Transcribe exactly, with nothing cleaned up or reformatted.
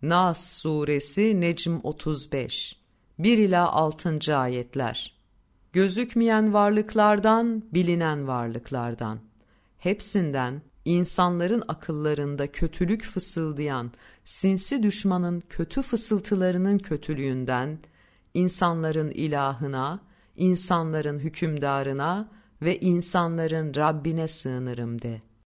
Nas Suresi Necm otuz beş bir ila altıncı ayetler. Gözükmeyen varlıklardan, bilinen varlıklardan, hepsinden, insanların akıllarında kötülük fısıldayan sinsi düşmanın kötü fısıltılarının kötülüğünden, insanların ilahına, insanların hükümdarına ve insanların Rabbine sığınırım de.